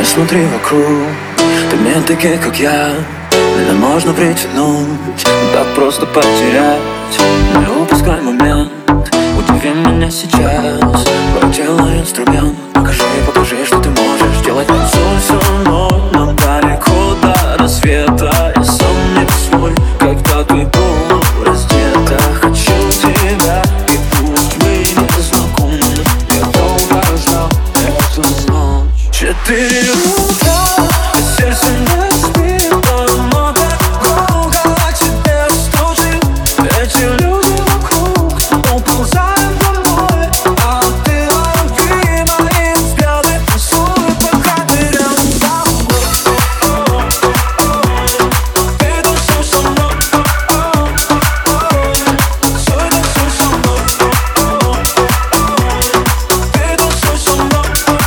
Не смотри вокруг, ты мне такие, как я. Меня можно притянуть, да просто потерять. Не упускай момент, удиви меня сейчас. Твое тело инструмент, покажи, что ты можешь делать. Танцуй со мной, но далеко до рассвета. Я сам не свой, когда ты полураздета. Хочу тебя, и пусть мы не знакомы. Я долго ждал эту ночь. 4 утра, а сердце не спит. Давно так долго о тебе стучит. Эти люди вокруг уползают домой, а ты лови мои взгляды. Танцуй, пока ты рядом со мной. Ты танцуй со мной. Танцуй, танцуй со мной. Ты танцуй со мной.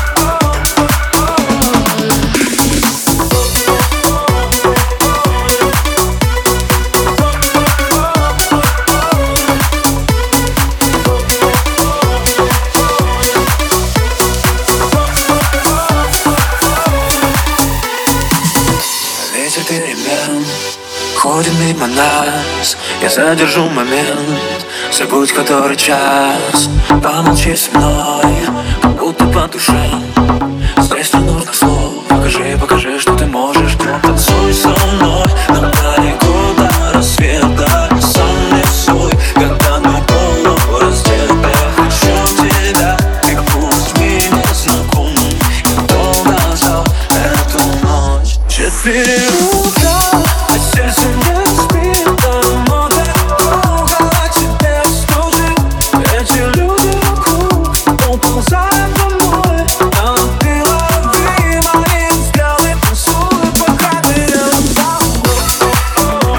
Ветер перемен ходит мимо нас. Я задержу момент, забудь который час. Помолчи со мной, как будто по душе. Здесь не нужно слов, покажи, что ты можешь. Танцуй со мной, нам далеко до рассвета. Я сам не свой, когда мы полураздеты. Хочу тебя, и пусть мы не знакомы. Я долго ждал эту ночь. 4 утра, а сердце не спит. Давно так долго о тебе стучит. Эти люди вокруг уползают домой, а ты лови мои взгляды. Танцуй, пока ты рядом со мной.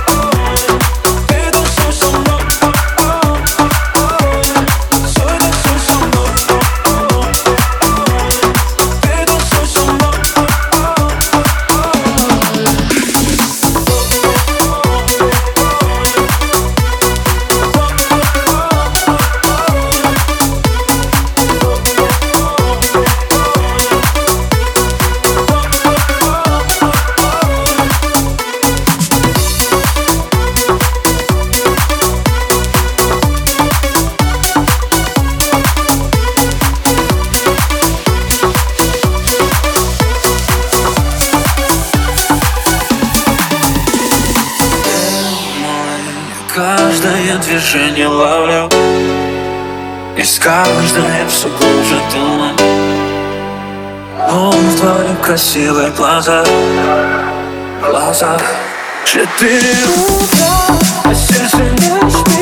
Ты танцуй со мной. Танцуй, танцуй со мной. Ты танцуй со мной. Каждое движение ловлю, и с каждое все глубже туман. Он в твоих красивых глазах. 4 утра, а сердце не спит.